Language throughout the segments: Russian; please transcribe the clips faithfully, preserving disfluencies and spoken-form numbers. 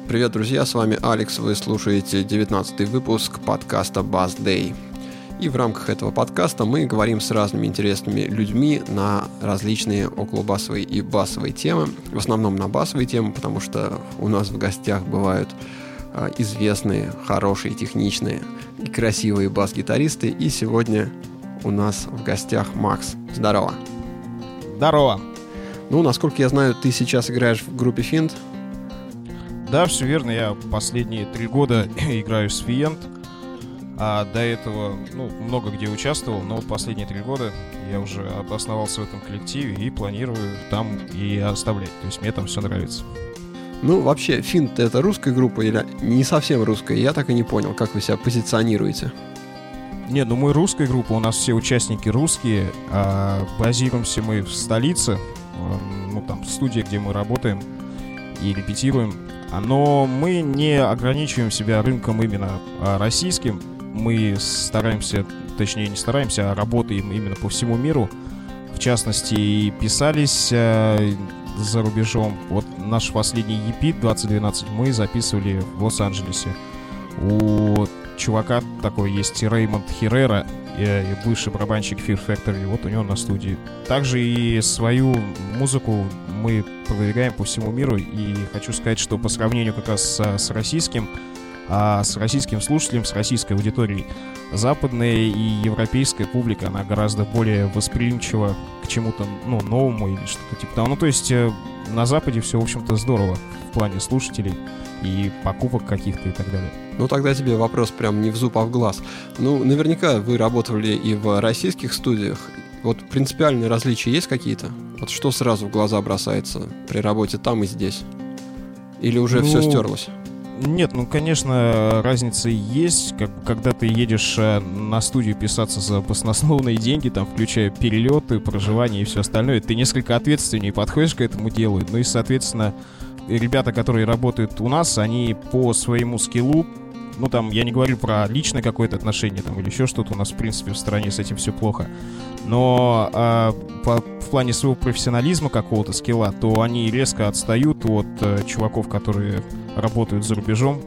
Привет, друзья, с вами Алекс, вы слушаете девятнадцатый выпуск подкаста Bass Day. И в рамках этого подкаста мы говорим с разными интересными людьми на различные околобасовые и басовые темы. В основном на басовые темы, потому что у нас в гостях бывают а, известные, хорошие, техничные и красивые бас-гитаристы. И сегодня у нас в гостях Макс. Здорово. Здорово. Ну, насколько я знаю, ты сейчас играешь в группе Финт. Да, все верно. Я последние три года играю с Фиент. А до этого, ну, много где участвовал, но вот последние три года я уже обосновался в этом коллективе и планирую там и оставлять. То есть мне там все нравится. Ну, вообще, Финт — это русская группа или не совсем русская? Я так и не понял, как вы себя позиционируете. Не, ну мы русская группа, у нас все участники русские, а базируемся мы в столице, ну там в студии, где мы работаем и репетируем. Но мы не ограничиваем себя рынком именно российским. Мы стараемся, точнее не стараемся, а работаем именно по всему миру. В частности, и писались э, за рубежом. Вот наш последний и пи двадцать двенадцать мы записывали в Лос-Анджелесе. У чувака такой есть Реймонд Херрера, э, бывший барабанщик Fear Factory. Вот у него на студии. Также и свою музыку мы продвигаем по всему миру. И хочу сказать, что по сравнению как раз с, с российским, а с российским слушателем, с российской аудиторией, западная и европейская публика, она гораздо более восприимчива к чему-то, ну, новому или что-то типа того. Ну, то есть э, на Западе все, в общем-то, здорово в плане слушателей и покупок каких-то и так далее. Ну, тогда тебе вопрос прям не в зуб, а в глаз. Ну, наверняка вы работали и в российских студиях. Вот принципиальные различия есть какие-то? Вот что сразу в глаза бросается при работе там и здесь? Или уже ну... все стерлось? Нет, ну, конечно, разница есть, как, когда ты едешь на студию писаться за баснословные деньги, там, включая перелеты, проживание и все остальное, ты несколько ответственнее подходишь к этому делу. Ну и, соответственно, ребята, которые работают у нас, они по своему скиллу, ну, там, я не говорю про личное какое-то отношение, там, или еще что-то, у нас, в принципе, в стране с этим все плохо, но а, по, в плане своего профессионализма какого-то скилла, то они резко отстают от а, чуваков, которые работают за рубежом.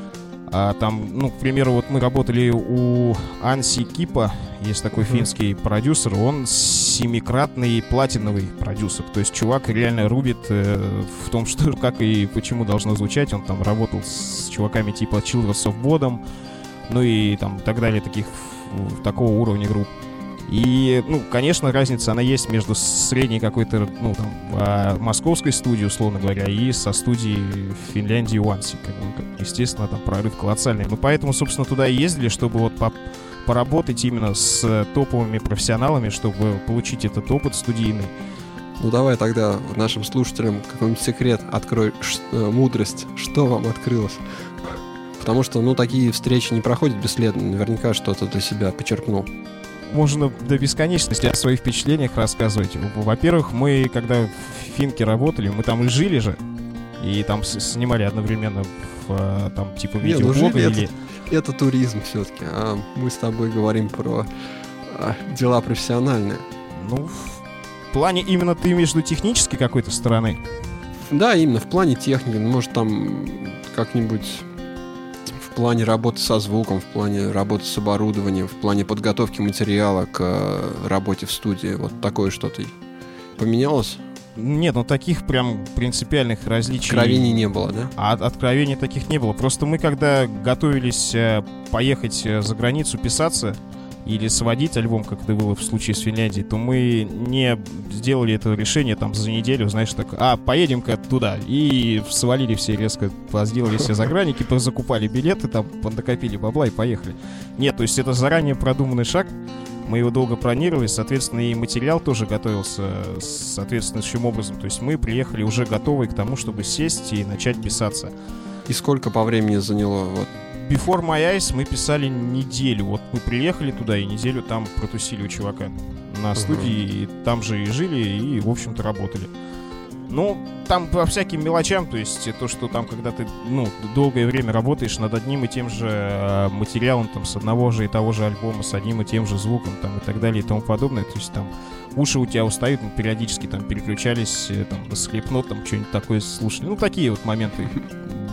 А, там, ну, к примеру, вот мы работали у Анси Кипа, есть такой mm-hmm. финский продюсер, он семикратный платиновый продюсер, то есть чувак реально рубит э, в том, что как и почему должно звучать. Он там работал с чуваками типа Childress of Bodom, ну и там так далее, таких такого уровня групп. И, ну, конечно, разница, она есть между средней какой-то, ну, там, а, московской студией, условно говоря, и со студией в Финляндии у Анси. Как бы, естественно, там прорыв колоссальный. Мы поэтому, собственно, туда и ездили, чтобы вот по- поработать именно с топовыми профессионалами, чтобы получить этот опыт студийный. Ну, давай тогда нашим слушателям какой-нибудь секрет открой, ш- мудрость, что вам открылось. Потому что, ну, такие встречи не проходят бесследно. Наверняка что-то для себя почерпнул. Можно до бесконечности о своих впечатлениях рассказывать. Во-первых, мы, когда в Финке работали, мы там и жили же, и там с- снимали одновременно в, там, типа, видеоблога. Не, ну, или... это, это туризм все-таки, а мы с тобой говорим про а, дела профессиональные. Ну, в плане именно ты имеешь в виду технической какой-то стороны? Да, именно в плане техники. Может, там как-нибудь... В плане работы со звуком, в плане работы с оборудованием, в плане подготовки материала к э, работе в студии. Вот такое что-то поменялось? Нет, ну таких прям принципиальных различий... Откровений не было, да? А откровений таких не было. Просто мы, когда готовились э, поехать э, за границу писаться или сводить альбом, как это было в случае с Финляндией, то мы не сделали это решение там за неделю, знаешь, так, а, поедем-ка туда. И свалили все резко, сделали все загранники, закупали билеты, там, накопили бабла и поехали. Нет, то есть это заранее продуманный шаг, мы его долго планировали, соответственно, и материал тоже готовился соответствующим образом. То есть мы приехали уже готовые к тому, чтобы сесть и начать писаться. И сколько по времени заняло, вот? Before My Eyes мы писали неделю. Вот мы приехали туда и неделю там протусили у чувака на студии, uh-huh. и там же и жили, и, в общем-то, работали. Ну, там по всяким мелочам, то есть то, что там, когда ты, ну, долгое время работаешь над одним и тем же э, материалом, там, с одного же и того же альбома, с одним и тем же звуком, там, и так далее, и тому подобное, то есть там уши у тебя устают, мы периодически там переключались, э, там, на Slipknot, там, что-нибудь такое слушали. Ну, такие вот моменты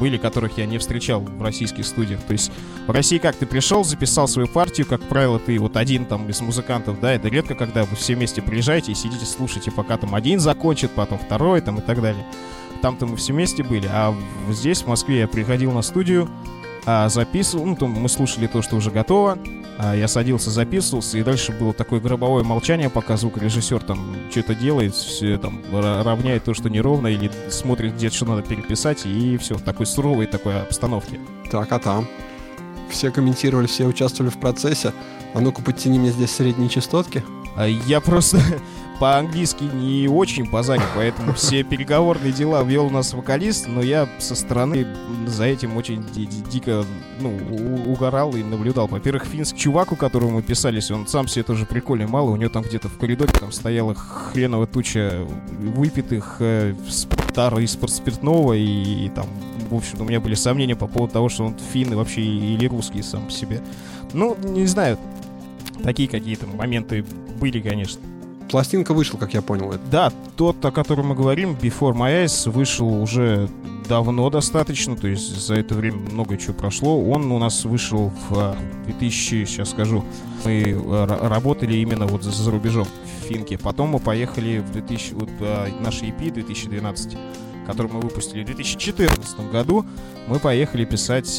были, которых я не встречал в российских студиях. То есть в России как ты пришел, записал свою партию, как правило, ты вот один там из музыкантов, да, это редко, когда вы все вместе приезжаете и сидите, слушаете, пока там один закончит, потом второй там и так далее. Там-то мы все вместе были, а здесь, в Москве, я приходил на студию, а, записывал, ну, там мы слушали то, что уже готово, а, я садился, записывался, и дальше было такое гробовое молчание, пока звукорежиссер там что-то делает, все там равняет то, что неровно, или смотрит, где что надо переписать, и все, в такой суровой такой обстановке. Так, а там? Все комментировали, все участвовали в процессе. А ну-ка, подтяни мне здесь средние частотки. А я просто по-английски не очень позарен, поэтому все переговорные дела вел у нас вокалист, но я со стороны за этим очень ди- ди- дико ну, у- угорал и наблюдал. Во-первых, финский чувак, у которого мы писались, он сам себе тоже прикольный мало, у него там где-то в коридоре там стояла хреновая туча выпитых э, тары из-под спиртного, и, и там, в общем, у меня были сомнения по поводу того, что он финн и вообще или русский сам по себе. Ну, не знаю, такие какие-то моменты были, конечно. Пластинка вышла, как я понял. Это. Да, тот, о котором мы говорим, Before My Eyes, вышел уже давно достаточно, то есть за это время много чего прошло. Он у нас вышел в две тысячи, сейчас скажу, мы работали именно вот за, за рубежом, в Финке. Потом мы поехали в две тысячи, вот, наш и пи две тысячи двенадцать, который мы выпустили в две тысячи четырнадцатом году, мы поехали писать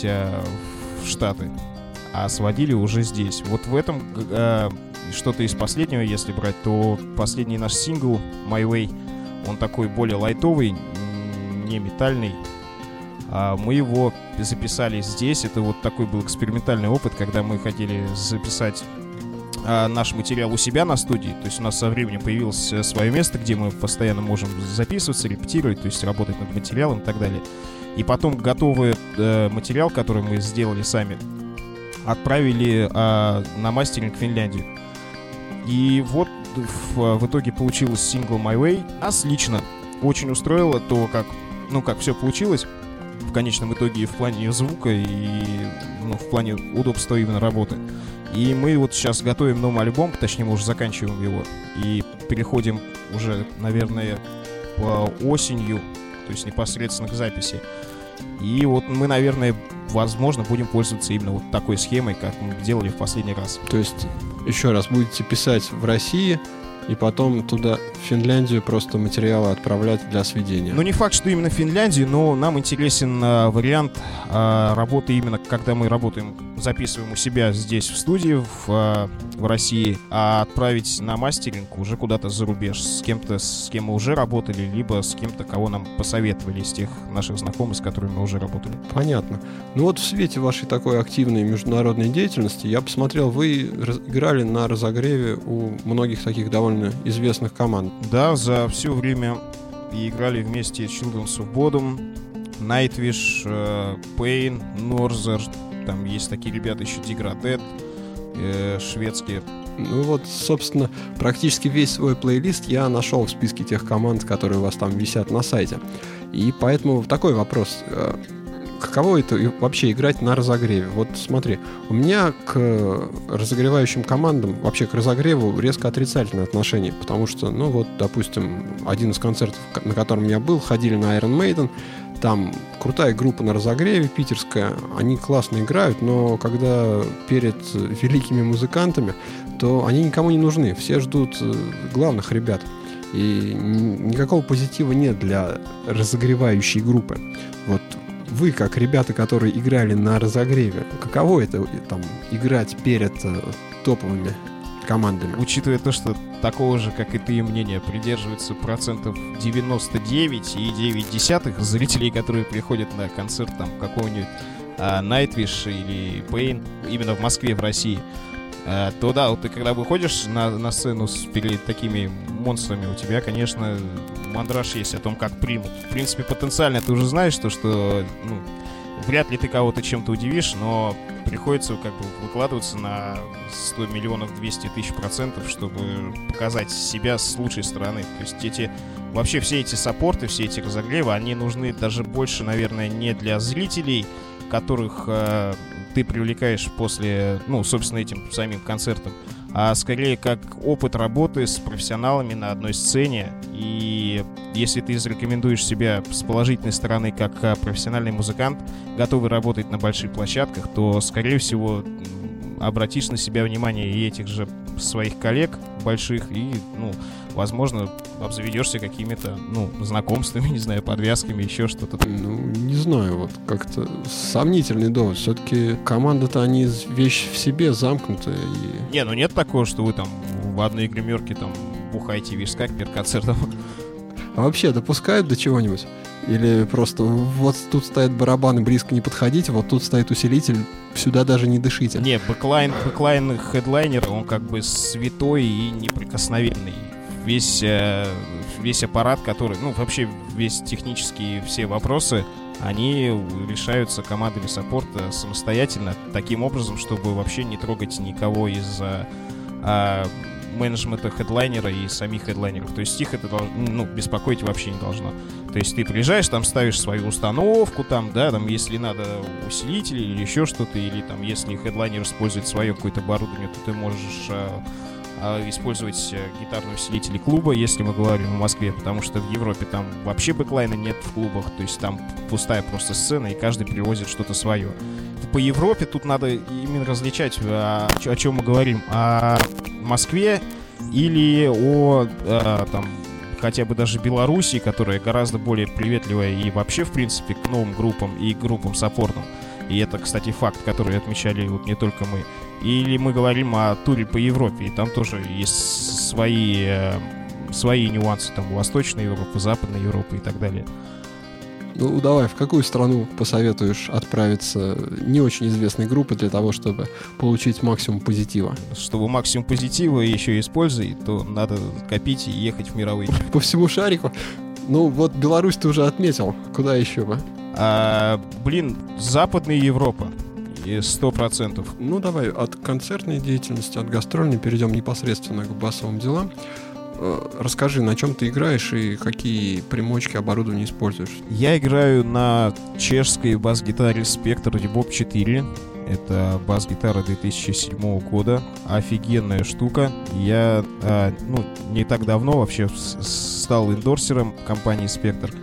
в Штаты, а сводили уже здесь. Вот в этом... Что-то из последнего, если брать, то последний наш сингл My Way, он такой более лайтовый, не метальный. А мы его записали здесь. Это вот такой был экспериментальный опыт, когда мы хотели записать а, наш материал у себя на студии. То есть у нас со временем появилось свое место, где мы постоянно можем записываться, репетировать, то есть работать над материалом и так далее. И потом готовый э, материал, который мы сделали сами, отправили э, на мастеринг в Финляндию. И вот в, в итоге получилось сингл My Way. Нас лично очень устроило то, как, ну, как все получилось в конечном итоге и в плане звука, и ну, в плане удобства именно работы. И мы вот сейчас готовим новый альбом, точнее мы уже заканчиваем его, и переходим уже, наверное, по осенью, то есть непосредственно к записи. И вот мы, наверное, возможно, будем пользоваться именно вот такой схемой, как мы делали в последний раз. То есть, еще раз, будете писать в России и потом туда, в Финляндию, просто материалы отправлять для сведения? Ну, не факт, что именно в Финляндию, но нам интересен а, вариант а, работы именно, когда мы работаем, записываем у себя здесь в студии, в, а, в России, а отправить на мастеринг уже куда-то за рубеж, с кем-то, с кем мы уже работали, либо с кем-то, кого нам посоветовали из тех наших знакомых, с которыми мы уже работали. Понятно. Ну вот в свете вашей такой активной международной деятельности, я посмотрел, вы раз- играли на разогреве у многих таких довольно известных команд. Да, за все время и играли вместе Children's of Bodom, Nightwish, э, Pain, Northern, там есть такие ребята еще Degraded, э, шведские. Ну вот, собственно, практически весь свой плейлист я нашел в списке тех команд, которые у вас там висят на сайте. И поэтому такой вопрос. Каково это вообще играть на разогреве? Вот смотри, у меня к разогревающим командам, вообще к разогреву резко отрицательное отношение, потому что, ну вот, допустим, один из концертов, на котором я был, ходили на Iron Maiden, там крутая группа на разогреве, питерская, они классно играют, но когда перед великими музыкантами, то они никому не нужны, все ждут главных ребят. И никакого позитива нет для разогревающей группы. Вот вы, как ребята, которые играли на разогреве, каково это там играть перед э, топовыми командами? Учитывая то, что такого же, как и ты, мнения придерживается процентов девяносто девять и девять десятых зрителей, которые приходят на концерт там какого-нибудь а, Nightwish или Pain, именно в Москве, в России, а, то да, вот ты когда выходишь на, на сцену с, перед такими монстрами, у тебя, конечно, мандраж есть о том, как примут. В принципе, потенциально ты уже знаешь то, что ну, вряд ли ты кого-то чем-то удивишь, но приходится как бы выкладываться на сто миллионов двести тысяч процентов, чтобы показать себя с лучшей стороны. То есть эти, вообще все эти саппорты, все эти разогревы, они нужны даже больше, наверное, не для зрителей, которых э, ты привлекаешь после, ну, собственно, этим самим концертом, а скорее как опыт работы с профессионалами на одной сцене. И если ты зарекомендуешь себя с положительной стороны как профессиональный музыкант, готовый работать на больших площадках, то, скорее всего, обратишь на себя внимание и этих же своих коллег больших, и, ну, возможно, обзаведешься какими-то, ну, знакомствами, не знаю, подвязками, еще что-то. Ну, не знаю, вот как-то сомнительный довод. Все-таки команда-то, они вещь в себе замкнутая. И... Не, ну нет такого, что вы там в одной гримерке там бухаете весь как перед концертом. А вообще допускают до чего-нибудь? Или просто вот тут стоят барабаны, близко не подходите, вот тут стоит усилитель, сюда даже не дышите? Не, бэклайн, бэклайн хедлайнера, он как бы святой и неприкосновенный. Весь, весь аппарат, который, ну, вообще весь технические все вопросы, они решаются командами саппорта самостоятельно, таким образом, чтобы вообще не трогать никого из а, менеджмента хедлайнера и самих хедлайнеров. То есть их это ну, беспокоить вообще не должно. То есть ты приезжаешь, там ставишь свою установку, там, да, там, если надо усилители или еще что-то, или там, если хедлайнер использует свое какое-то оборудование, то ты можешь а, а, использовать гитарные усилители клуба, если мы говорим о Москве, потому что в Европе там вообще бэклайна нет в клубах, то есть там пустая просто сцена, и каждый привозит что-то свое. По Европе тут надо именно различать, о, о чем мы говорим, о Москве или о, о там, хотя бы даже Белоруссии, которая гораздо более приветливая и вообще, в принципе, к новым группам и группам саппортным. И это, кстати, факт, который отмечали вот не только мы. Или мы говорим о туре по Европе, и там тоже есть свои, свои нюансы, там, Восточной Европы, Западной Европы и так далее. Ну, давай, в какую страну посоветуешь отправиться не очень известной группы для того, чтобы получить максимум позитива? Чтобы максимум позитива еще использовать, то надо копить и ехать в мировые. По всему шарику? Ну, вот Беларусь ты уже отметил. Куда еще бы? А, блин, Западная Европа. Сто процентов. Ну, давай от концертной деятельности, от гастрольной перейдем непосредственно к басовым делам. Расскажи, на чем ты играешь и какие примочки, оборудование используешь? Я играю на чешской бас-гитаре Spector Rebop четыре. Это бас-гитара две тысячи седьмого года. Офигенная штука. Я а, ну, не так давно вообще стал эндорсером компании Spector.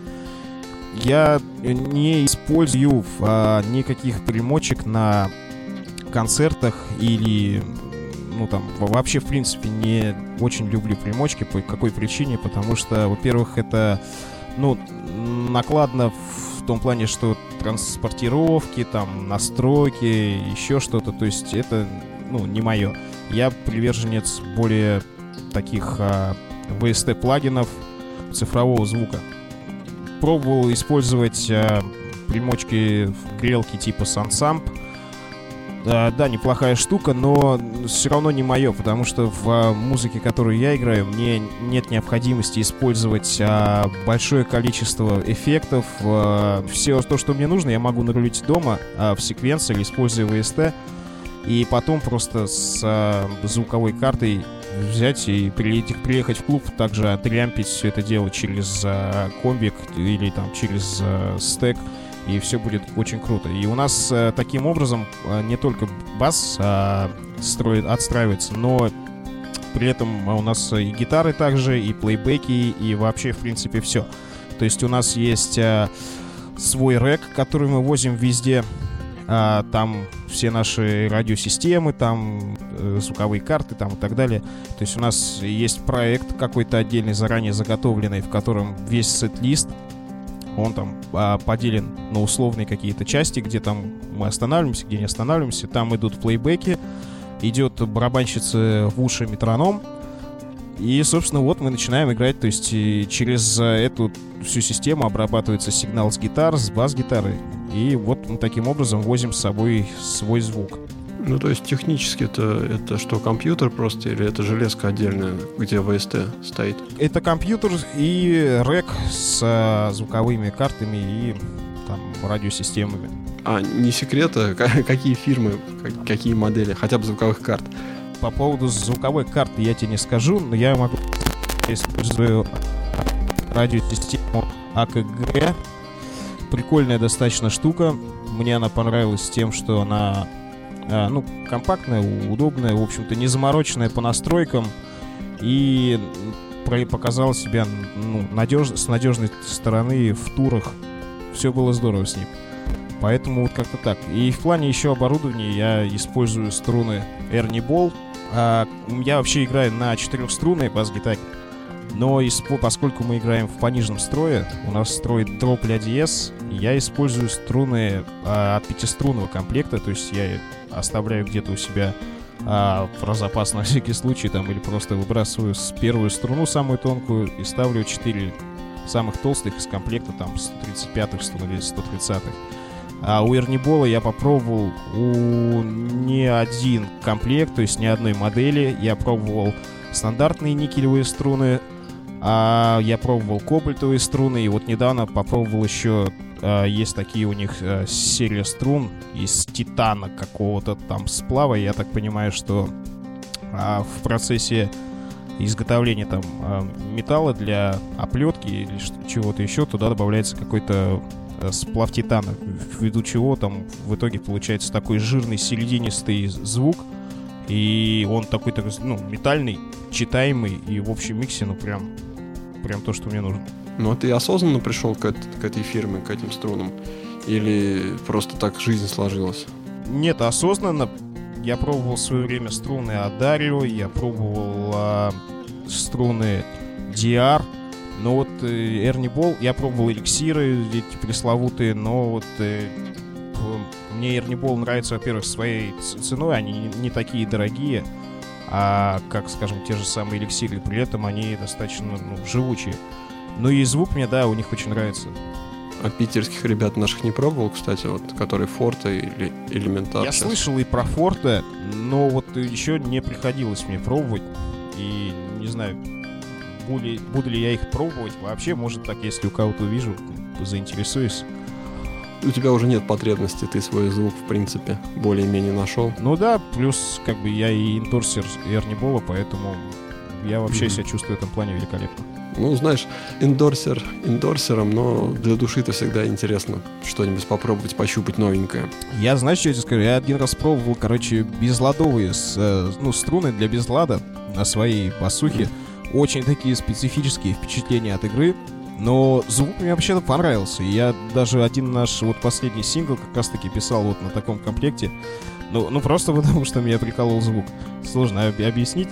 Я не использую а, никаких примочек на концертах или... Ну, там, вообще, в принципе, не очень люблю примочки. По какой причине? Потому что, во-первых, это, ну, накладно в том плане, что транспортировки, там, настройки, еще что-то. То есть это, ну, не мое. Я приверженец более таких а, ви эс ти-плагинов цифрового звука. Пробовал использовать а, примочки, грелки типа Sansamp. Да, да, неплохая штука, но все равно не мое, потому что в а, музыке, которую я играю, мне нет необходимости использовать а, большое количество эффектов. А, все то, что мне нужно, я могу нарулить дома а, в секвенсоре, используя ви эс ти, и потом просто с а, звуковой картой взять и приехать, приехать в клуб, также отрямпить все это дело через а, комбик или там через а, стэк. И все будет очень круто. И у нас э, таким образом э, не только бас э, строит, отстраивается, но при этом у нас и гитары также, и плейбеки, и вообще, в принципе, все. То есть у нас есть э, свой рэк, который мы возим везде. Э, там все наши радиосистемы, там э, звуковые карты там, и так далее. То есть у нас есть проект какой-то отдельный, заранее заготовленный, в котором весь сет-лист, он там а, поделен на условные какие-то части, где там мы останавливаемся, где не останавливаемся. Там идут плейбеки, идет барабанщица в уши метроном. И, собственно, вот мы начинаем играть. То есть через эту всю систему обрабатывается сигнал с гитар, с бас-гитары. И вот мы таким образом возим с собой свой звук. Ну, то есть технически это, это что, компьютер просто или это железка отдельная, где ви эс ти стоит? Это компьютер и рэк с а, звуковыми картами и там радиосистемами. А, не секрет, а какие фирмы, какие модели, хотя бы звуковых карт? По поводу звуковой карты я тебе не скажу, но я могу использую радиосистему а ка гэ. Прикольная достаточно штука. Мне она понравилась тем, что она а, ну, компактная, удобная, в общем-то, не замороченная по настройкам. И показала себя, ну, надеж... с надежной стороны в турах. Все было здорово с ним. Поэтому вот как-то так. И в плане еще оборудования я использую струны Ernie Ball. А, я вообще играю на четырехструнной бас-гитаре. Но поскольку мы играем в пониженном строе, у нас строй дроп ля диез, я использую струны а, от пятиструнного комплекта. То есть я оставляю где-то у себя а, про запас на всякий случай там, или просто выбрасываю с первую струну, самую тонкую, и ставлю четыре самых толстых из комплекта, там сто тридцать пятых струн или сто тридцатых. А у Ernie Ball я попробовал у не один комплект, то есть ни одной модели. Я пробовал стандартные никелевые струны, а я пробовал кобальтовые струны, и вот недавно попробовал еще, а, есть такие у них а, серия струн из титана какого-то там сплава. Я так понимаю, что а, в процессе изготовления там а, металла для оплетки или чего-то еще туда добавляется какой-то сплав титана, ввиду чего там в итоге получается такой жирный серединистый звук, и он такой, такой ну, метальный, читаемый, и в общем миксе, ну прям, прям то, что мне нужно. Ну а ты осознанно пришел к, к этой фирме, к этим струнам, или просто так жизнь сложилась? Нет, осознанно. Я пробовал в свое время струны Адарио, я пробовал а, струны ди ар. Но вот э, Ernie Ball, я пробовал эликсиры эти пресловутые, но вот э, мне Ernie Ball нравится, во-первых, своей ценой, они не, не такие дорогие, а как, скажем, те же самые эликсиры, при этом они достаточно ну, живучие. Ну и звук мне, да, у них очень нравится. А питерских ребят наших не пробовал, кстати, вот, которые Форте или Элементар? Я сейчас слышал и про Форте, но вот еще не приходилось мне пробовать, и не знаю... Буду, буду ли я их пробовать вообще, может так, если у кого-то увижу, заинтересуюсь. У тебя уже нет потребности, ты свой звук, в принципе, более-менее нашел. Ну да, плюс как бы я и эндорсер Ernie Ball, поэтому я вообще mm-hmm. себя чувствую в этом плане великолепно. Ну, знаешь, эндорсер эндорсером, но для души-то всегда интересно что-нибудь попробовать, пощупать новенькое. Я, знаешь, что я тебе скажу? Я один раз пробовал, короче, безладовые с, ну, струны для безлада на своей басухе. Mm-hmm. Очень такие специфические впечатления от игры, но звук мне вообще-то понравился. И я даже один наш вот последний сингл как раз-таки писал вот на таком комплекте. Ну, ну просто потому, что меня приколол звук. Сложно объяснить,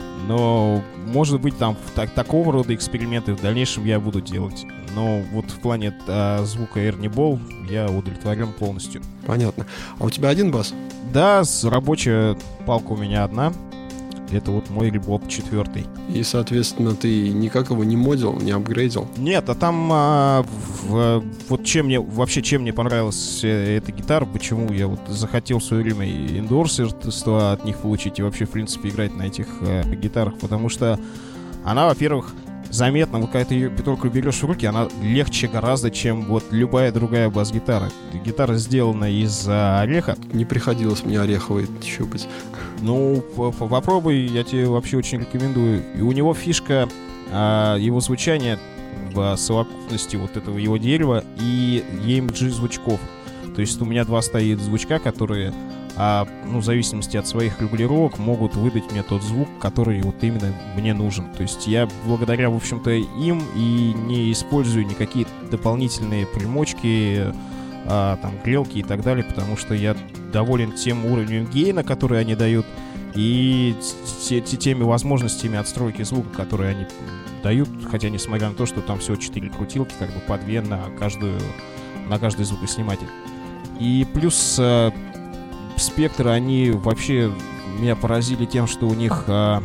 но может быть там так, такого рода эксперименты в дальнейшем я буду делать. Но вот в плане а, звука Ernie Ball я удовлетворен полностью. Понятно. А у тебя один бас? Да, рабочая палка у меня одна. Это вот мой Reebok четвертый. И, соответственно, ты никак его не модил, не апгрейдил? Нет, а там а, в, вот чем мне вообще чем мне понравилась эта гитара, почему я вот захотел в свое время эндорсерство от них получить и вообще, в принципе, играть на этих а, гитарах, потому что она, во-первых, заметно, вот когда ты ее только берешь в руки, она легче гораздо, чем вот любая другая бас-гитара. Гитара сделана из а, ореха. Не приходилось мне ореховые щупать. Ну, попробуй, я тебе вообще очень рекомендую. И у него фишка, а, его звучание в совокупности вот этого его дерева и и эм джи звучков. То есть у меня два стоит звучка, которые, а, ну, в зависимости от своих регулировок, могут выдать мне тот звук, который вот именно мне нужен. То есть я благодаря, в общем-то, им и не использую никакие дополнительные примочки, а, там, грелки и так далее, потому что я доволен тем уровнем гейна, который они дают, и те, те, теми возможностями отстройки звука, которые они дают, хотя несмотря на то, что там всего четыре крутилки, как бы по две на каждую, на каждый звукосниматель. И плюс э, спектры, они вообще меня поразили тем, что у них э,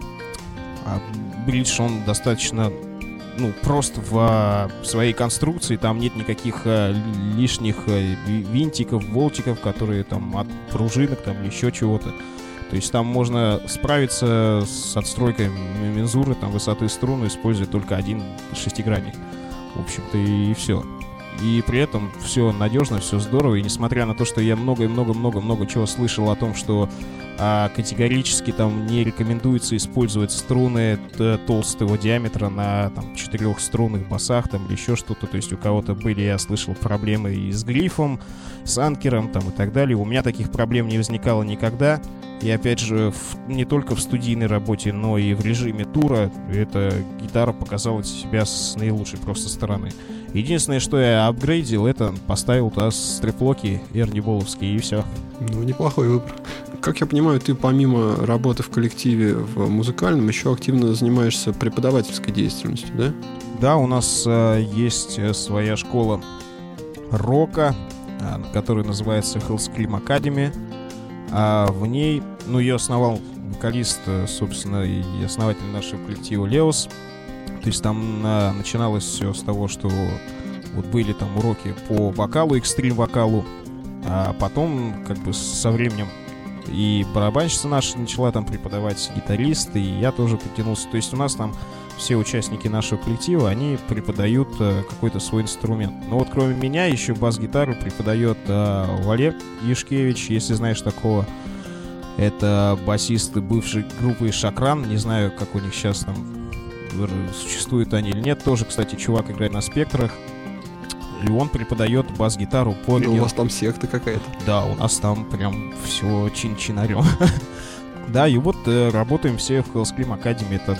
э, бридж, он достаточно, ну, просто в, в своей конструкции, там нет никаких э, лишних э, винтиков, болтиков, которые там от пружинок там или еще чего-то. То есть там можно справиться с отстройкой мензуры, там, высоты струн, используя только один шестигранник. В общем-то, и все. и при этом все надежно, все здорово. И несмотря на то, что я много-много-много-много чего слышал о том, что а, категорически там не рекомендуется использовать струны т- толстого диаметра на там четырехструнных басах там или еще что-то. То есть у кого-то были, я слышал, проблемы и с грифом, с анкером там и так далее. У меня таких проблем не возникало никогда. И опять же, в, не только в студийной работе, но и в режиме тура эта гитара показала себя с наилучшей просто стороны. Единственное, что я апгрейдил, это поставил туда стриплоки эрни-боловские, и все. Ну, неплохой выбор. Как я понимаю, ты помимо работы в коллективе в музыкальном еще активно занимаешься преподавательской деятельностью, да? Да, у нас э, есть своя школа рока, э, которая называется Hellscream Academy. А в ней, ну, ее основал вокалист, собственно, и основатель нашего коллектива Леос. То есть там а, начиналось все с того, что вот были там уроки по вокалу, экстрим-вокалу, а потом как бы со временем и барабанщица наша начала там преподавать, гитарист, и я тоже притянулся. То есть у нас там все участники нашего коллектива, они преподают а, какой-то свой инструмент. Но вот кроме меня еще бас-гитару преподает а, Валер Яшкевич, если знаешь такого. Это басист бывшей группы Шакран. Не знаю, как у них сейчас там существуют они или нет. Тоже, кстати, чувак играет на спектрах. И он преподает бас-гитару по... Ну, у вас там секта какая-то. Да, у нас там прям все чин-чинарем. Да, и вот работаем все в Hellscream Academy. Это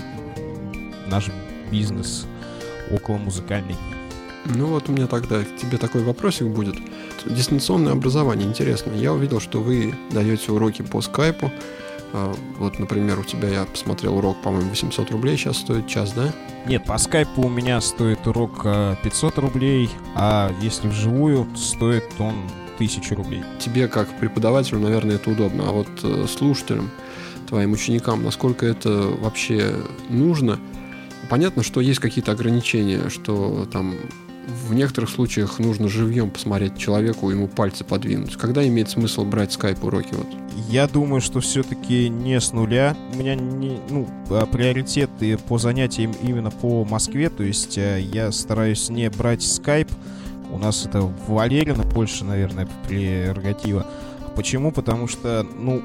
наш бизнес около музыкальный. Ну вот у меня тогда к тебе такой вопросик будет. Дистанционное образование, интересно. Я увидел, что вы даете уроки по скайпу. Вот, например, у тебя, я посмотрел, урок, по-моему, восемьсот рублей сейчас стоит час, да? Нет, по скайпу у меня стоит урок пятьсот рублей, а если вживую, стоит он тысячу рублей. Тебе, как преподавателю, наверное, это удобно. А вот слушателям, твоим ученикам, насколько это вообще нужно? Понятно, что есть какие-то ограничения, что там в некоторых случаях нужно живьем посмотреть человеку, ему пальцы подвинуть. Когда имеет смысл брать скайп-уроки? Вот? Я думаю, что все-таки не с нуля. У меня не, ну, приоритеты по занятиям именно по Москве. То есть я стараюсь не брать скайп. У нас это Валерина больше, наверное, прерогатива. Почему? Потому что, ну,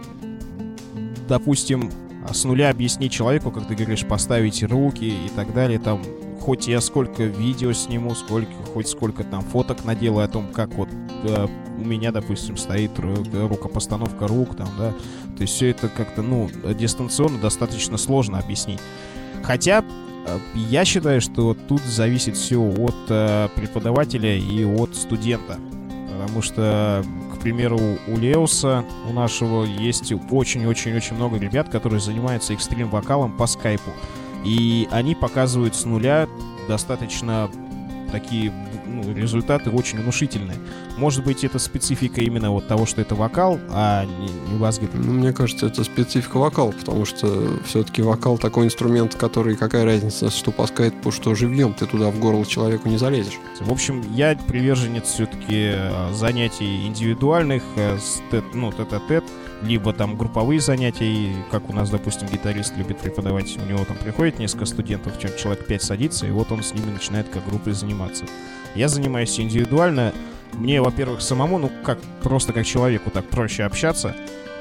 допустим, с нуля объяснить человеку, как ты говоришь, поставить руки и так далее, там, хоть я сколько видео сниму, сколько, хоть сколько там фоток наделаю о том, как вот э, у меня, допустим, стоит рукопостановка рук, там, да, то есть все это как-то, ну, дистанционно достаточно сложно объяснить. Хотя э, я считаю, что тут зависит все от э, преподавателя и от студента, потому что, к примеру, у Леоса, у нашего, есть очень-очень-очень много ребят, которые занимаются экстрим-вокалом по скайпу. И они показывают с нуля достаточно такие, ну, результаты очень внушительные. Может быть, это специфика именно вот того, что это вокал, а не, не бас-гитара. Ну, мне кажется, это специфика вокала, потому что все-таки вокал такой инструмент, который, какая разница, что по скайпу, что живьем, ты туда в горло человеку не залезешь. В общем, я приверженец все-таки занятий индивидуальных, ну, тет-а-тет, либо там групповые занятия, как у нас, допустим, гитарист любит преподавать, у него там приходит несколько студентов, чем человек пять садится, и вот он с ними начинает как группой заниматься. Я занимаюсь индивидуально. Мне, во-первых, самому, ну, как просто как человеку так проще общаться.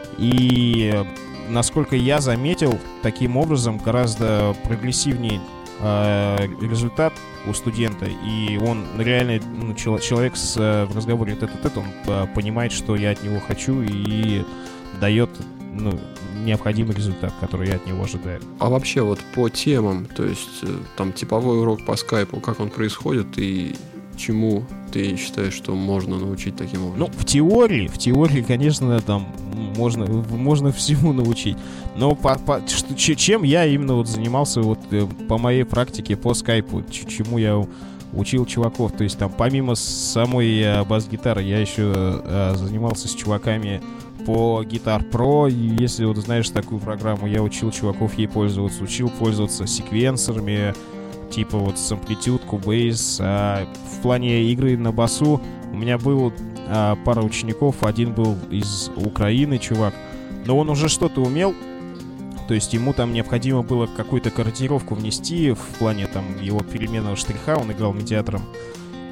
И, насколько я заметил, таким образом гораздо прогрессивнее э, результат у студента. И он реально, ну, чел- человек с, в разговоре тет-а-тет, он э, понимает, что я от него хочу, и дает, ну, необходимый результат, который я от него ожидаю. А вообще вот по темам, то есть там типовой урок по скайпу, как он происходит и чему ты считаешь, что можно научить таким образом? Ну, в теории, в теории, конечно, там можно, можно всему научить. Но по, по, что, чем я именно вот занимался вот по моей практике по скайпу, чему я учил чуваков, то есть там помимо самой бас-гитары я еще а, занимался с чуваками по Guitar Pro, и если вот знаешь такую программу, я учил чуваков ей пользоваться, учил пользоваться секвенсорами, типа вот с Amplitude, Cubase. А в плане игры на басу у меня было а, пара учеников, один был из Украины, чувак, но он уже что-то умел, то есть ему там необходимо было какую-то корректировку внести в плане там его переменного штриха, он играл медиатором.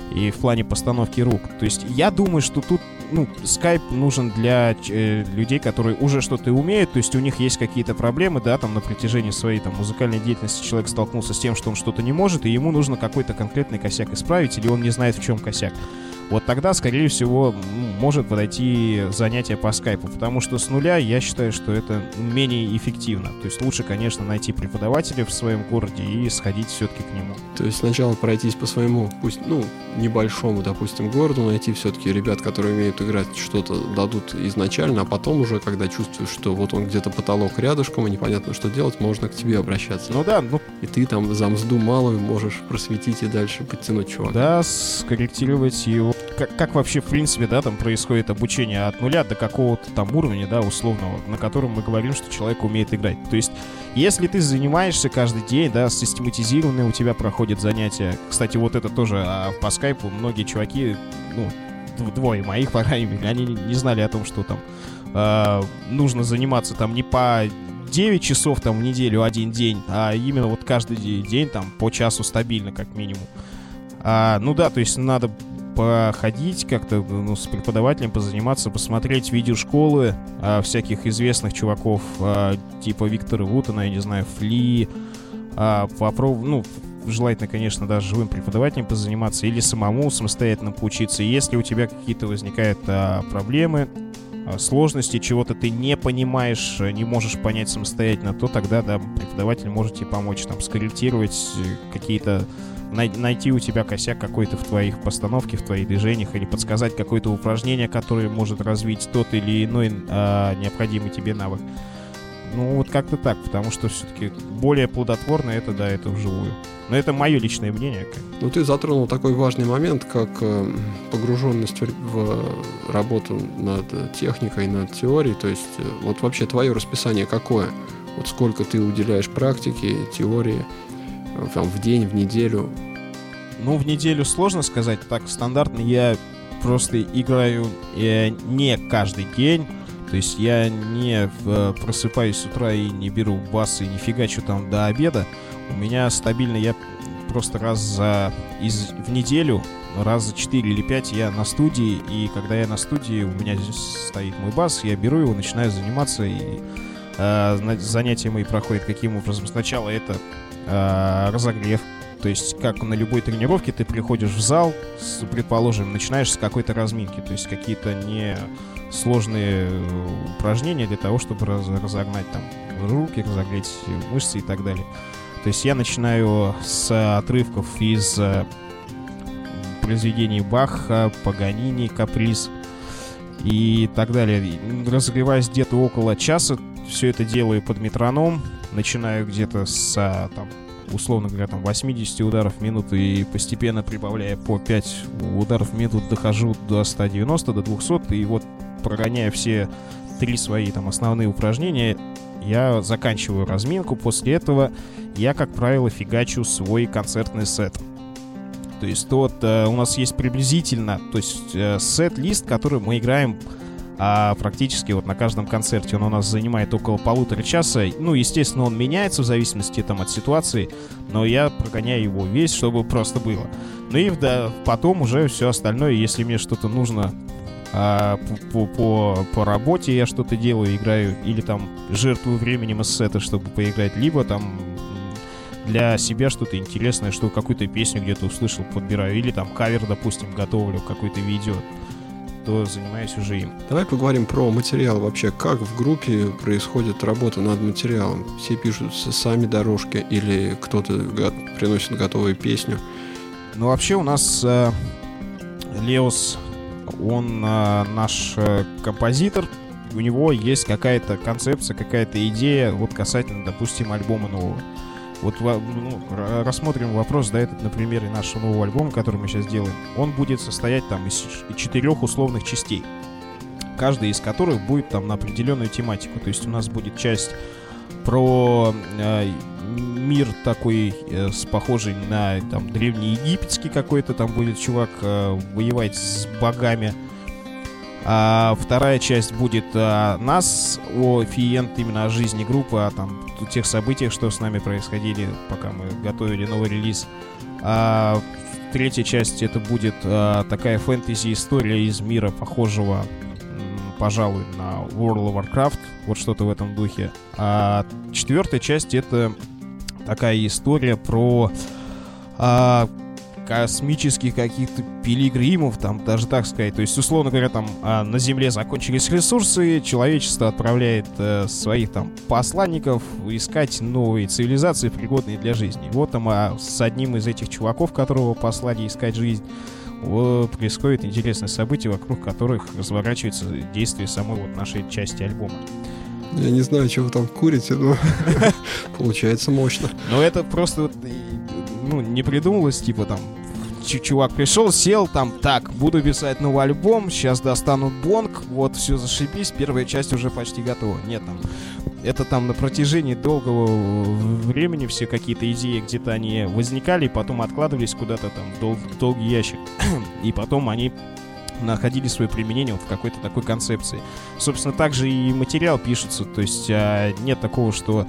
и в плане постановки рук. То есть я думаю, что тут ну, скайп нужен для э, людей, которые уже что-то умеют, то есть у них есть какие-то проблемы, да, там на протяжении своей там музыкальной деятельности человек столкнулся с тем, что он что-то не может, и ему нужно какой-то конкретный косяк исправить, или он не знает, в чем косяк. Вот тогда, скорее всего, может подойти занятие по скайпу, потому что с нуля я считаю, что это менее эффективно. То есть лучше, конечно, найти преподавателя в своем городе и сходить все-таки к нему. То есть сначала пройтись по своему, пусть, ну, небольшому, допустим, городу, найти все-таки ребят, которые умеют играть, что-то дадут изначально, а потом уже, когда чувствуешь, что вот он где-то потолок рядышком, и непонятно, что делать, можно к тебе обращаться. Ну да, ну... И ты там за мзду малую можешь просветить и дальше подтянуть чувака. Да, скорректировать его. Как, как вообще, в принципе, да, там происходит обучение от нуля до какого-то там уровня, да, условного, на котором мы говорим, что человек умеет играть. То есть, если ты занимаешься каждый день, да, систематизированные у тебя проходят занятия. Кстати, вот это тоже а, по скайпу многие чуваки, ну, двое моих, по крайней мере, они не знали о том, что там э, нужно заниматься там не по девять часов там в неделю один день, а именно вот каждый день там по часу стабильно, как минимум. А, ну да, то есть надо походить как-то, ну, с преподавателем, позаниматься, посмотреть видеошколы а, всяких известных чуваков, а, типа Виктора Вутона, я не знаю, Фли, а, попробовать, ну, желательно, конечно, даже живым преподавателем позаниматься или самому самостоятельно поучиться. Если у тебя какие-то возникают а, проблемы, а, сложности, чего-то ты не понимаешь, не можешь понять самостоятельно, то тогда, да, преподаватель может тебе помочь, там, скорректировать какие-то, най- найти у тебя косяк какой-то в твоих постановках, в твоих движениях, или подсказать какое-то упражнение, которое может развить тот или иной а, необходимый тебе навык. Ну, вот как-то так, потому что все-таки более плодотворно это, да, это вживую. Но это мое личное мнение. Ну, ты затронул такой важный момент, как э, погруженность в, в работу над техникой, над теорией. То есть, э, вот вообще твое расписание какое? Вот сколько ты уделяешь практике, теории, э, там, в день, в неделю? Ну, в неделю сложно сказать. Так, стандартно я просто играю э, не каждый день. То есть я не э, просыпаюсь с утра и не беру бас и не фигачу там до обеда. У меня стабильно, я просто раз за из, в неделю, раз за четыре или пять я на студии. И когда я на студии, у меня здесь стоит мой бас, я беру его, начинаю заниматься. И э, занятия мои проходят каким образом? Сначала это э, разогрев. То есть, как на любой тренировке, ты приходишь в зал, с, предположим, начинаешь с какой-то разминки. То есть, какие-то не сложные упражнения для того, чтобы раз, разогнать там руки, разогреть мышцы и так далее. То есть, я начинаю с отрывков из произведений Баха, Паганини, Каприз и так далее. Разогреваюсь где-то около часа. Все это делаю под метроном. Начинаю где-то с там, условно говоря, там восемьдесят ударов в минуту и постепенно прибавляя по пять ударов в минуту дохожу до ста девяноста, до двухсот, и вот прогоняя все три свои там основные упражнения, я заканчиваю разминку. После этого я, как правило, фигачу свой концертный сет. То есть вот э, у нас есть приблизительно, то есть э, сет-лист, который мы играем а практически вот на каждом концерте. Он у нас занимает около полутора часа. Ну, естественно, он меняется в зависимости там от ситуации, но я прогоняю его весь, чтобы просто было. Ну и да, потом уже все остальное, если мне что-то нужно а, по, по, по работе, я что-то делаю, играю, или там жертвую временем из сета, чтобы поиграть, либо там для себя что-то интересное, что какую-то песню где-то услышал, подбираю, или там кавер, допустим, готовлю, какое-то видео, то занимаюсь уже им. Давай поговорим про материал вообще. Как в группе происходит работа над материалом? Все пишут сами дорожки или кто-то го- приносит готовую песню? Ну, вообще у нас э, Леос, он э, наш э, композитор. У него есть какая-то концепция, какая-то идея вот касательно, допустим, альбома нового. Вот ну, рассмотрим вопрос, да, этот на примере нашего нового альбома, который мы сейчас делаем. Он будет состоять там из четырех условных частей, каждая из которых будет там на определенную тематику. То есть у нас будет часть про э, мир такой, э, с похожий на там древнеегипетский какой-то, там будет чувак э, воевать с богами. А вторая часть будет о нас, о Фиент, именно о жизни группы, о там, тех событиях, что с нами происходили, пока мы готовили новый релиз. А третья часть это будет а, такая фэнтези-история из мира, похожего, м, пожалуй, на World of Warcraft, вот что-то в этом духе. А четвертая часть это такая история про а, космических каких-то пилигримов, там даже так сказать. То есть, условно говоря, там а, на Земле закончились ресурсы, человечество отправляет а, своих там посланников искать новые цивилизации, пригодные для жизни. Вот там а, с одним из этих чуваков, которого послали искать жизнь, вот, происходит интересное событие, вокруг которых разворачивается действие самой вот нашей части альбома. Я не знаю, что вы там курите, но получается мощно. Но это просто вот, ну, не придумалось, типа там чувак пришел, сел, там, так, буду писать новый альбом, сейчас достану бонг, вот, все, зашибись, первая часть уже почти готова. Нет, там, это там на протяжении долгого времени все какие-то идеи где-то они возникали, и потом откладывались куда-то там в, дол- в долгий ящик. И потом они находили свое применение вот в какой-то такой концепции. Собственно, также и материал пишется, то есть а, нет такого, что...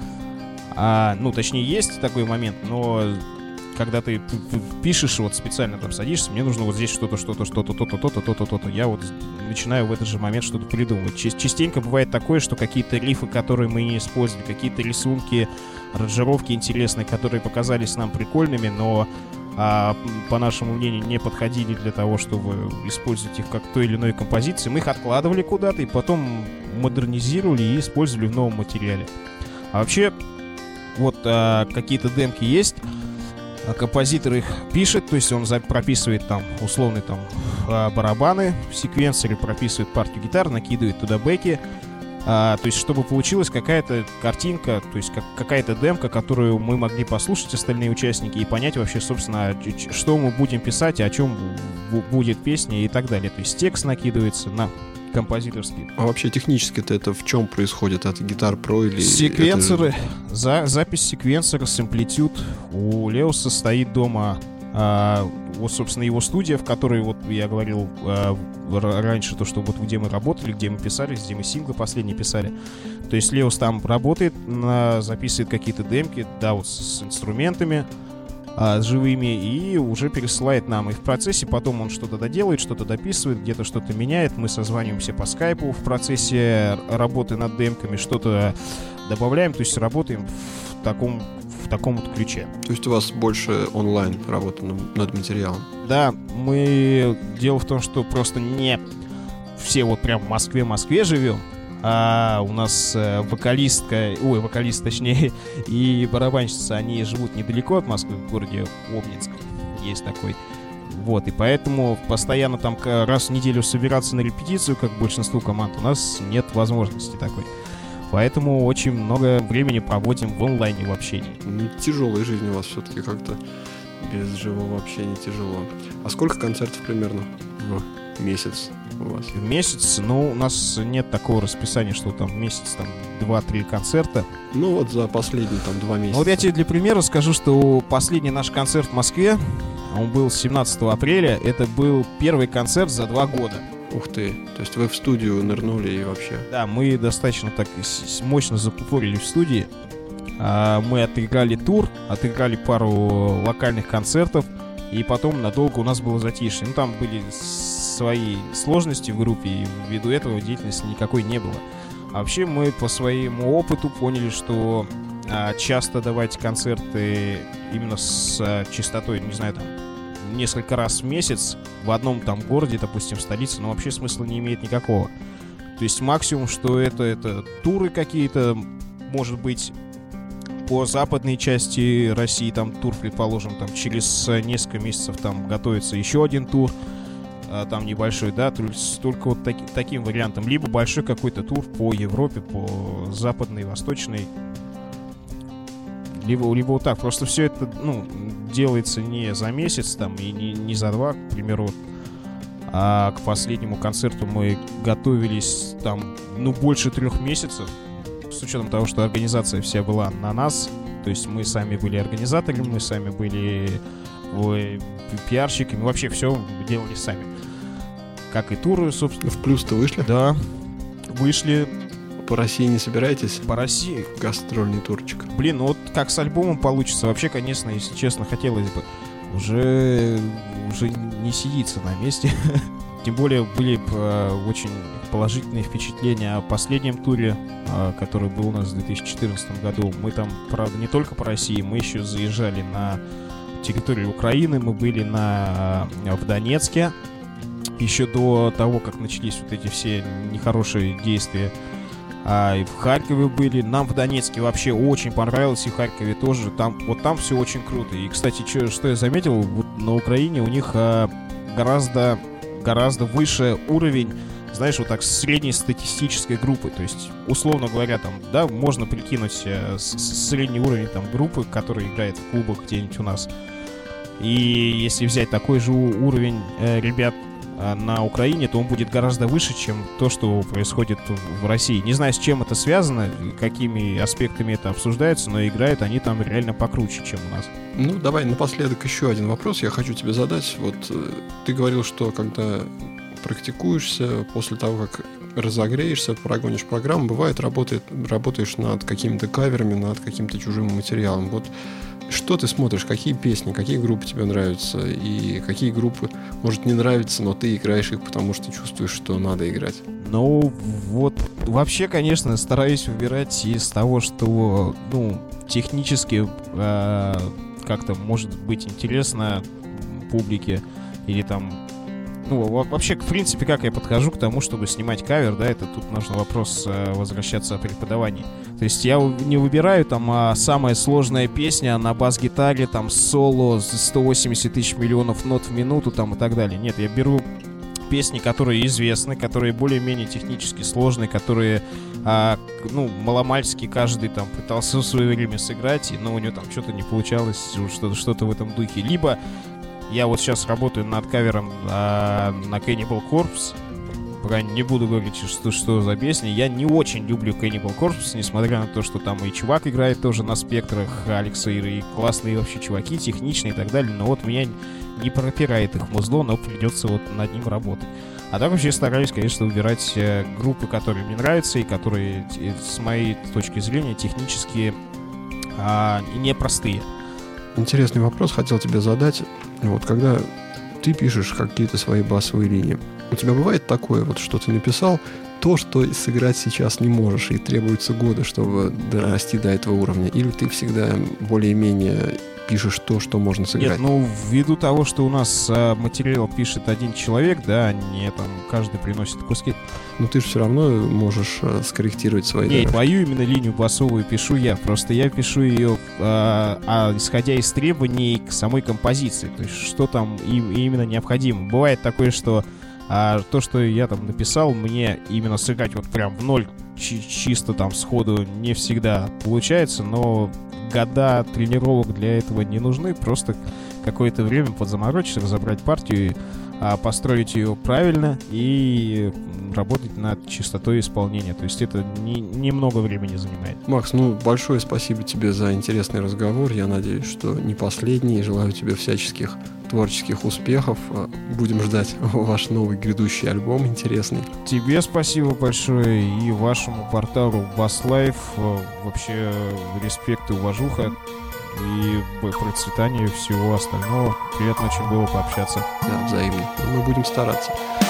А, ну, точнее, есть такой момент, но когда ты пишешь, вот специально там садишься, мне нужно вот здесь что-то, что-то, что-то, то-то, то-то, то-то, то-то, я вот начинаю в этот же момент что-то придумывать. Частенько бывает такое, что какие-то рифы, которые мы не использовали, какие-то рисунки, аранжировки интересные, которые показались нам прикольными, но а, по нашему мнению не подходили для того, чтобы использовать их как в той или иной композиции, мы их откладывали куда-то и потом модернизировали и использовали в новом материале. А вообще, вот а, какие-то демки есть, а композитор их пишет, то есть он прописывает там условные там барабаны в секвенсоре, прописывает партию гитар, накидывает туда бэки, а, то есть чтобы получилась какая-то картинка, то есть как, какая-то демка, которую мы могли послушать остальные участники и понять вообще, собственно, что мы будем писать, о чем будет песня и так далее. То есть текст накидывается на композиторский. А вообще технически-то это в чем происходит? Это Guitar Pro или... Секвенсоры. Это... За, запись секвенсора с Amplitude. У Леоса стоит дома а, вот, собственно, его студия, в которой, вот я говорил а, раньше, то, что вот где мы работали, где мы писали, где мы синглы последние писали. То есть Леос там работает, на, записывает какие-то демки, да, вот с, с инструментами, с живыми, и уже пересылает нам. И в процессе потом он что-то доделает, что-то дописывает, где-то что-то меняет. Мы созваниваемся по скайпу в процессе работы над демками, что-то добавляем, то есть работаем в таком, в таком вот ключе. То есть у вас больше онлайн работа над материалом? Да, мы... Дело в том, что просто не все вот прям в Москве-Москве живем, а у нас э, вокалистка, ой, вокалист точнее, и барабанщица, они живут недалеко от Москвы, в городе Обнинск, есть такой. Вот, и поэтому постоянно там раз в неделю собираться на репетицию, как большинству команд, у нас нет возможности такой. Поэтому очень много времени проводим в онлайне в общении. Ну, тяжелая жизнь у вас все-таки как-то без живого общения тяжело. А сколько концертов примерно в месяц у вас? В месяц, ну, у нас нет такого расписания, что там в месяц там два-три концерта. Ну вот за последние там два месяца. Ну, вот я тебе для примера скажу, что последний наш концерт в Москве, он был семнадцатого апреля, это был первый концерт за два года. Ух ты, то есть вы в студию нырнули и вообще? Да, мы достаточно так мощно закупорились в студии. Мы отыграли тур, отыграли пару локальных концертов, и потом надолго у нас было затишье. Ну, там были свои сложности в группе, и ввиду этого деятельности никакой не было. А вообще мы по своему опыту поняли, что а, часто давать концерты именно с а, частотой, не знаю, там, несколько раз в месяц в одном там городе, допустим, в столице, но вообще смысла не имеет никакого. То есть максимум, что это, это туры какие-то, может быть, по западной части России, там тур, предположим, там через несколько месяцев там готовится еще один тур, там небольшой, да, то есть только вот таки, таким вариантом, либо большой какой-то тур по Европе, по западной, восточной, либо, либо вот так. Просто все это, ну, делается не за месяц, там, и не, не за два, к примеру, а к последнему концерту мы готовились там, ну, больше трех месяцев, с учетом того, что организация вся была на нас, то есть мы сами были организаторами, мы сами были ой, пиарщиками, вообще все делали сами. Как и туры, собственно. В плюс-то вышли? Да, вышли. По России не собираетесь? По России? Гастрольный турчик. Блин, ну вот как с альбомом получится, вообще, конечно, если честно, хотелось бы уже уже не сидится на месте. Тем более были очень положительные впечатления о последнем туре, который был у нас в две тысячи четырнадцатом году. Мы там, правда, не только по России, мы еще заезжали на территорию Украины, мы были на, в Донецке, еще до того, как начались вот эти все нехорошие действия. А и в Харькове были. Нам в Донецке вообще очень понравилось, и в Харькове тоже. Там, вот там все очень круто. И, кстати, что, что я заметил, вот на Украине у них а, гораздо, гораздо выше уровень, знаешь, вот так средней статистической группы. То есть, условно говоря, там, да, можно прикинуть а, с, с средний уровень там группы, которая играет в клубах где-нибудь у нас. И если взять такой же уровень э, ребят на Украине, то он будет гораздо выше, чем то, что происходит в России. Не знаю, с чем это связано, какими аспектами это обсуждается, но играют они там реально покруче, чем у нас. Ну, давай напоследок еще один вопрос я хочу тебе задать. Вот ты говорил, что когда практикуешься, после того, как разогреешься, прогонишь программу, бывает, работает, работаешь над какими-то каверами, над каким-то чужим материалом. Вот что ты смотришь, какие песни, какие группы тебе нравятся, и какие группы, может, не нравятся, но ты играешь их, потому что чувствуешь, что надо играть? Ну, вот, вообще, конечно, стараюсь выбирать из того, что, ну, технически э, как-то может быть интересно публике, или там, ну, вообще, в принципе, как я подхожу к тому, чтобы снимать кавер, да, это тут нужно вопрос э, возвращаться о преподавании. То есть я не выбираю там а, самая сложная песня на бас-гитаре, там соло, сто восемьдесят тысяч миллионов нот в минуту там и так далее. Нет, я беру песни, которые известны, которые более-менее технически сложные, которые, а, ну, маломальски каждый там пытался в свое время сыграть, но у него там что-то не получалось, что-то, что-то в этом духе. Либо я вот сейчас работаю над кавером а, на Cannibal Corpse. Пока не буду говорить, что, что за песни. Я не очень люблю Cannibal Corpse, несмотря на то, что там и чувак играет тоже на спектрах, Алекс, и классные вообще чуваки, техничные и так далее. Но вот меня не пропирает их музло, но придется вот над ним работать. А так вообще стараюсь, конечно, выбирать э, группы, которые мне нравятся и которые, с моей точки зрения, технически э, непростые. Интересный вопрос хотел тебе задать. Вот когда ты пишешь какие-то свои басовые линии, у тебя бывает такое, вот что ты написал, то, что сыграть сейчас не можешь, и требуется годы, чтобы дорасти до этого уровня? Или ты всегда более-менее пишешь то, что можно сыграть? Нет, ну, ввиду того, что у нас а, материал пишет один человек, да, не там каждый приносит куски. Но ты же все равно можешь а, скорректировать свои... Нет, мою именно линию басовую пишу я, просто я пишу ее, а, а, исходя из требований к самой композиции, то есть что там им именно необходимо. Бывает такое, что а, то, что я там написал, мне именно сыграть вот прям в ноль чи- чисто там сходу не всегда получается, но года тренировок для этого не нужны, просто какое-то время подзаморочиться, разобрать партию, построить ее правильно и работать над чистотой исполнения. То есть это не, немного времени занимает. Макс, ну большое спасибо тебе за интересный разговор. Я надеюсь, что не последний. Желаю тебе всяческих творческих успехов. Будем ждать ваш новый грядущий альбом интересный. Тебе спасибо большое и вашему порталу BassLife. Вообще респект и уважуха. И процветание всего остального. Приятно очень было пообщаться. Да, взаимно. Мы будем стараться.